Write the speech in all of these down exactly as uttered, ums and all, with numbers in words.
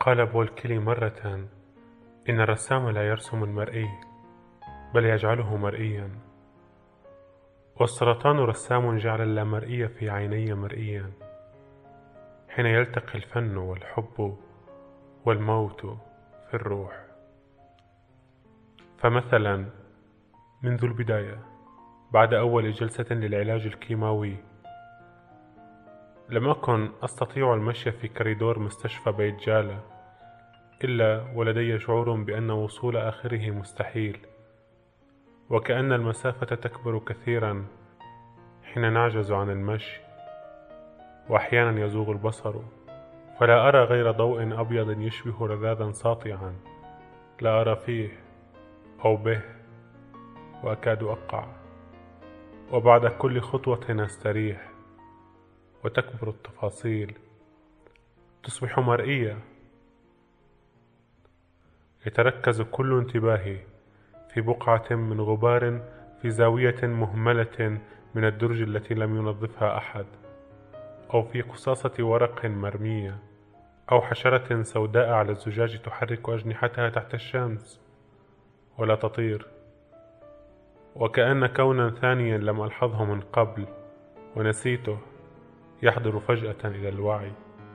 قال بول كيلي مرة: إن الرسام لا يرسم المرئي بل يجعله مرئيا، والسرطان رسام جعل اللامرئي في عيني مرئيا، حين يلتقي الفن والحب والموت في الروح. فمثلا منذ البداية، بعد أول جلسة للعلاج الكيماوي، لم أكن أستطيع المشي في كريدور مستشفى بيت جالة إلا ولدي شعور بأن وصول آخره مستحيل، وكأن المسافة تكبر كثيرا حين نعجز عن المشي، وأحيانا يزوغ البصر فلا أرى غير ضوء أبيض يشبه رذاذا ساطعا لا أرى فيه أو به، وأكاد أقع. وبعد كل خطوة أستريح وتكبر التفاصيل، تصبح مرئية، يتركز كل انتباهي في بقعة من غبار في زاوية مهملة من الدرج التي لم ينظفها أحد، أو في قصاصة ورق مرمية، أو حشرة سوداء على الزجاج تحرك أجنحتها تحت الشمس ولا تطير، وكأن كونا ثانيا لم ألحظه من قبل ونسيته يحضر فجأة إلى الوعي.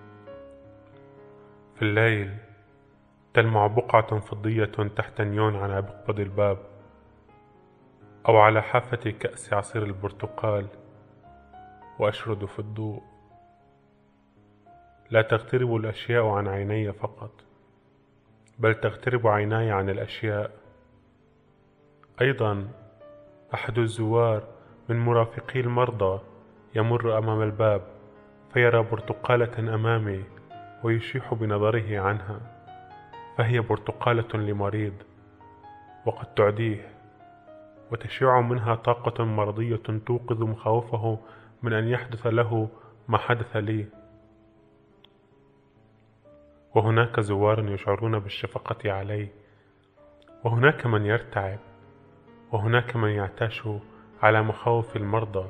في الليل تلمع بقعة فضية تحت نيون على مقبض الباب، أو على حافة كأس عصير البرتقال، وأشرد في الضوء. لا تغترب الأشياء عن عيني فقط، بل تغترب عيناي عن الأشياء أيضا. أحد الزوار من مرافقي المرضى يمر أمام الباب فيرى برتقالة أمامي ويشيح بنظره عنها، فهي برتقالة لمريض وقد تعديه، وتشع منها طاقة مرضية توقظ مخاوفه من أن يحدث له ما حدث لي. وهناك زوار يشعرون بالشفقة علي، وهناك من يرتعب، وهناك من يعتاش على مخاوف المرضى،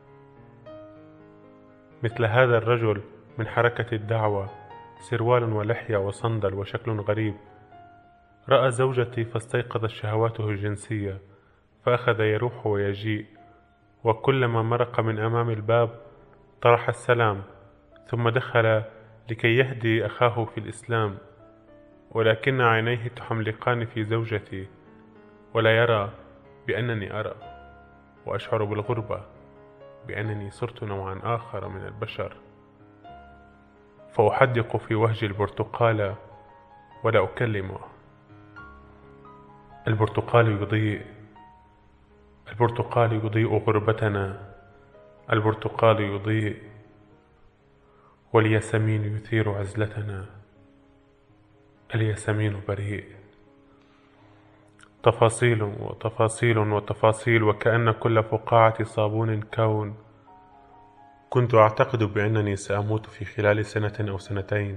مثل هذا الرجل من حركة الدعوة، سروال ولحية وصندل وشكل غريب. رأى زوجتي فاستيقظت شهواته الجنسية، فأخذ يروح ويجيء، وكلما مرق من أمام الباب طرح السلام، ثم دخل لكي يهدي أخاه في الإسلام، ولكن عينيه تحملقان في زوجتي، ولا يرى بأنني أرى، وأشعر بالغربة بأنني صرت نوعا آخر من البشر. فأحدق في وجه البرتقال ولا أكلمه. البرتقال يضيء، البرتقال يضيء غربتنا، البرتقال يضيء، والياسمين يثير عزلتنا، الياسمين بريء. تفاصيل وتفاصيل وتفاصيل، وكأن كل فقاعة صابون كون. كنت أعتقد بأنني سأموت في خلال سنة أو سنتين،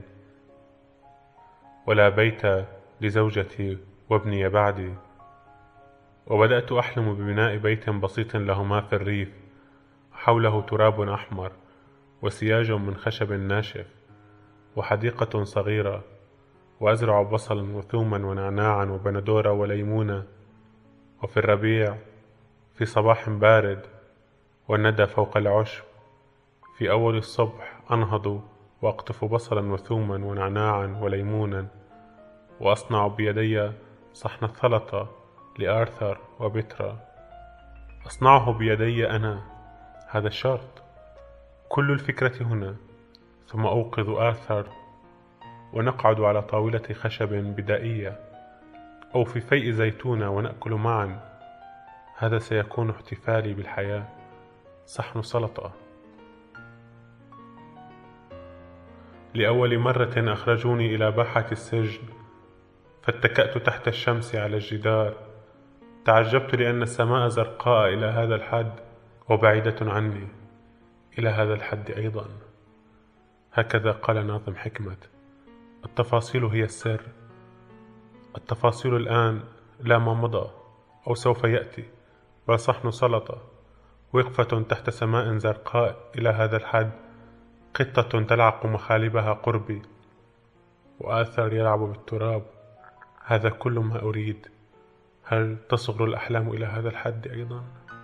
ولا بيت لزوجتي وابني بعدي، وبدأت أحلم ببناء بيت بسيط لهما في الريف، حوله تراب أحمر وسياج من خشب ناشف وحديقة صغيرة، وأزرع بصلا وثوما ونعناعا وبندورة وليمونة. وفي الربيع في صباح بارد والندى فوق العشب، في أول الصبح أنهض وأقطف بصلا وثوما ونعناعا وليمونا، وأصنع بيدي صحن السلطة لآرثر وبترا. أصنعه بيدي أنا، هذا الشرط، كل الفكرة هنا. ثم أوقظ آرثر ونقعد على طاولة خشب بدائية أو في فيء زيتونة ونأكل معا. هذا سيكون احتفالي بالحياة، صحن سلطة. لأول مرة أخرجوني إلى باحة السجن، فاتكأت تحت الشمس على الجدار. تعجبت لأن السماء زرقاء إلى هذا الحد وبعيدة عني إلى هذا الحد أيضا. هكذا قال ناظم حكمة: التفاصيل هي السر. التفاصيل الآن لا ما مضى أو سوف يأتي، بل صحن سلطة، وقفة تحت سماء زرقاء إلى هذا الحد، قطة تلعق مخالبها قربي. وآثار يلعب بالتراب. هذا كل ما أريد. هل تصغر الأحلام إلى هذا الحد أيضا؟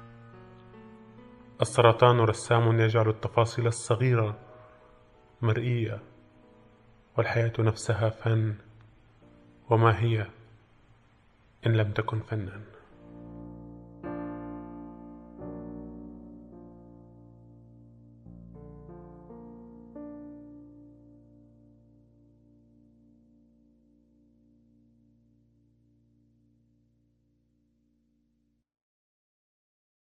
السرطان رسام يجعل التفاصيل الصغيرة مرئية، والحياة نفسها فن، وما هي إن لم تكن فناً؟